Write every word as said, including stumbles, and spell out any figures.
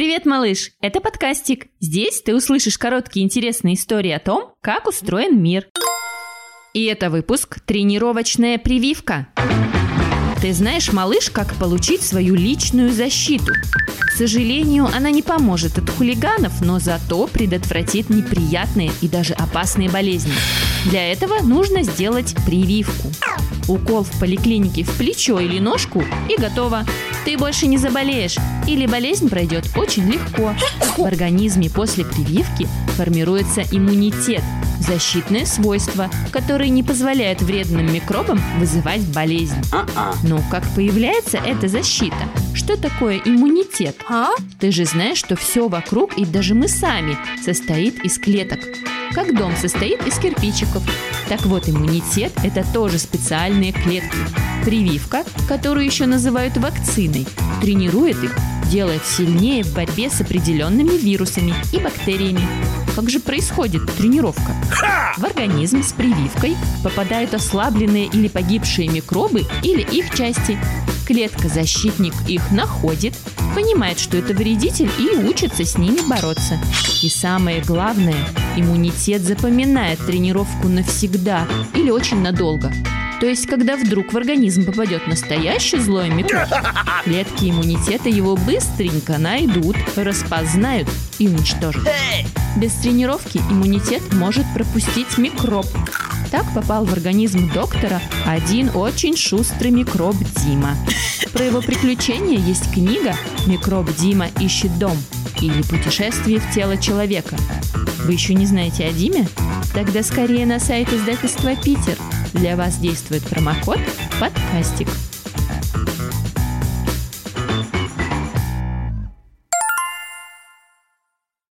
Привет, малыш! Это подкастик. Здесь ты услышишь короткие интересные истории о том, как устроен мир. И это выпуск «Тренировочная прививка». Ты знаешь, малыш, как получить свою личную защиту? К сожалению, она не поможет от хулиганов, но зато предотвратит неприятные и даже опасные болезни. Для этого нужно сделать прививку. Укол в поликлинике в плечо или ножку и готово. Ты больше не заболеешь или болезнь пройдет очень легко. В организме после прививки формируется иммунитет, защитное свойство, которое не позволяет вредным микробам вызывать болезнь. Но как появляется эта защита? Что такое иммунитет? А? Ты же знаешь, что все вокруг и даже мы сами состоит из клеток. Как дом состоит из кирпичиков. Так вот, иммунитет – это тоже специальные клетки. Прививка, которую еще называют вакциной, тренирует их, делает сильнее в борьбе с определенными вирусами и бактериями. Как же происходит тренировка? В организм с прививкой попадают ослабленные или погибшие микробы или их части. Клетка-защитник их находит, понимает, что это вредитель, и учится с ними бороться. И самое главное, иммунитет запоминает тренировку навсегда или очень надолго. То есть, когда вдруг в организм попадет настоящий злой микроб, клетки иммунитета его быстренько найдут, распознают и уничтожат. Без тренировки иммунитет может пропустить микроб. Так попал в организм доктора один очень шустрый микроб Дима. Про его приключения есть книга «Микроб Дима ищет дом» или «Путешествие в тело человека». Вы еще не знаете о Диме? Тогда скорее на сайт издательства «Питер». Для вас действует промокод «Подкастик».